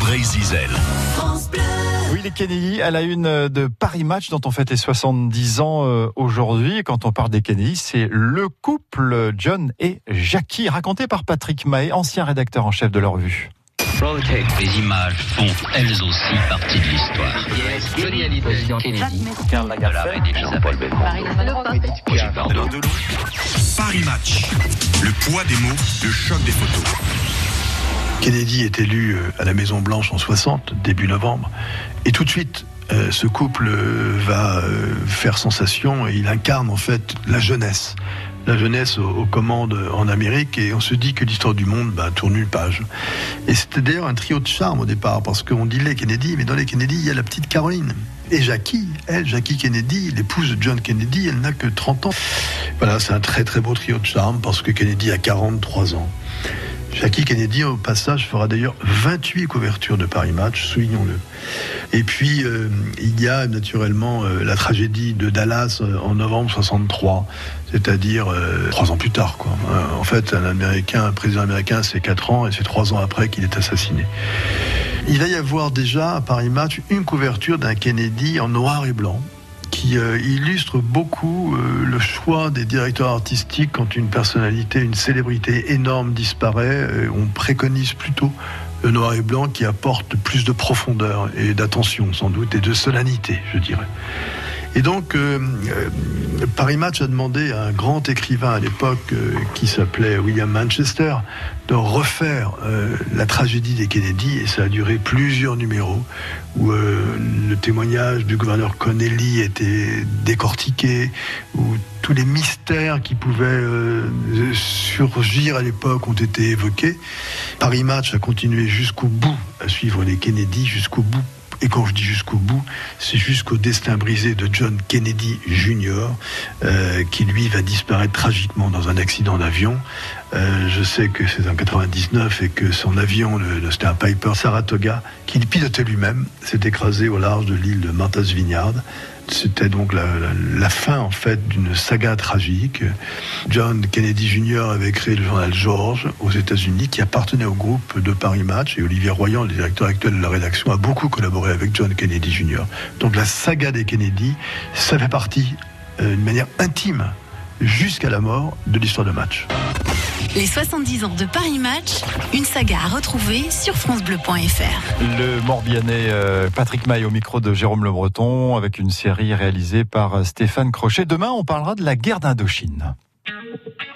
Ray Zizel. Oui, les Kennedy à la une de Paris Match dont on fête les 70 ans aujourd'hui. Et quand on parle des Kennedy, c'est le couple John et Jackie, raconté par Patrick Mahé, ancien rédacteur en chef de la revue. Les images font elles aussi partie de l'histoire. Johnny Hallyday, Kennedy, Karl Lagerfeld et Jean-Paul Belmondo. Paris Match. Le poids des mots, le choc des photos. Kennedy est élu à la Maison Blanche en 60, début novembre, et tout de suite, ce couple va faire sensation et il incarne en fait la jeunesse aux commandes en Amérique, et on se dit que l'histoire du monde tourne une page. Et c'était d'ailleurs un trio de charme au départ, parce qu'on dit les Kennedy, mais dans les Kennedy, il y a la petite Caroline. Et Jackie Kennedy, l'épouse de John Kennedy, elle n'a que 30 ans. Voilà, c'est un très très beau trio de charme, parce que Kennedy a 43 ans. Jackie Kennedy, au passage, fera d'ailleurs 28 couvertures de Paris Match, soulignons-le. Et puis, il y a naturellement la tragédie de Dallas en novembre 63, c'est-à-dire 3 ans plus tard, quoi. En fait, un président américain, c'est 4 ans, et c'est 3 ans après qu'il est assassiné. Il va y avoir déjà à Paris Match une couverture d'un Kennedy en noir et blanc, qui illustre beaucoup le choix des directeurs artistiques quand une personnalité, une célébrité énorme disparaît. On préconise plutôt le noir et blanc qui apporte plus de profondeur et d'attention sans doute, et de solennité, je dirais. Et donc, Paris Match a demandé à un grand écrivain à l'époque qui s'appelait William Manchester de refaire la tragédie des Kennedy, et ça a duré plusieurs numéros où le témoignage du gouverneur Connelly était décortiqué, où tous les mystères qui pouvaient surgir à l'époque ont été évoqués. Paris Match a continué jusqu'au bout à suivre les Kennedy, jusqu'au bout. Et quand je dis jusqu'au bout, c'est jusqu'au destin brisé de John Kennedy Jr., qui lui va disparaître tragiquement dans un accident d'avion. Je sais que c'est en 99 et que son avion, c'était un Piper Saratoga, qu'il pilotait lui-même, s'est écrasé au large de l'île de Martha's Vineyard. C'était donc la fin, en fait, d'une saga tragique. John Kennedy Jr. avait créé le journal George aux États-Unis, qui appartenait au groupe de Paris Match, et Olivier Royan, le directeur actuel de la rédaction, a beaucoup collaboré avec John Kennedy Jr. Donc la saga des Kennedy, ça fait partie, d'une manière intime, jusqu'à la mort, de l'histoire de Match. Les 70 ans de Paris Match, une saga à retrouver sur francebleu.fr. Le Morbihanais Patrick Mahé au micro de Jérôme Le Breton, avec une série réalisée par Stéphane Crochet. Demain, on parlera de la guerre d'Indochine.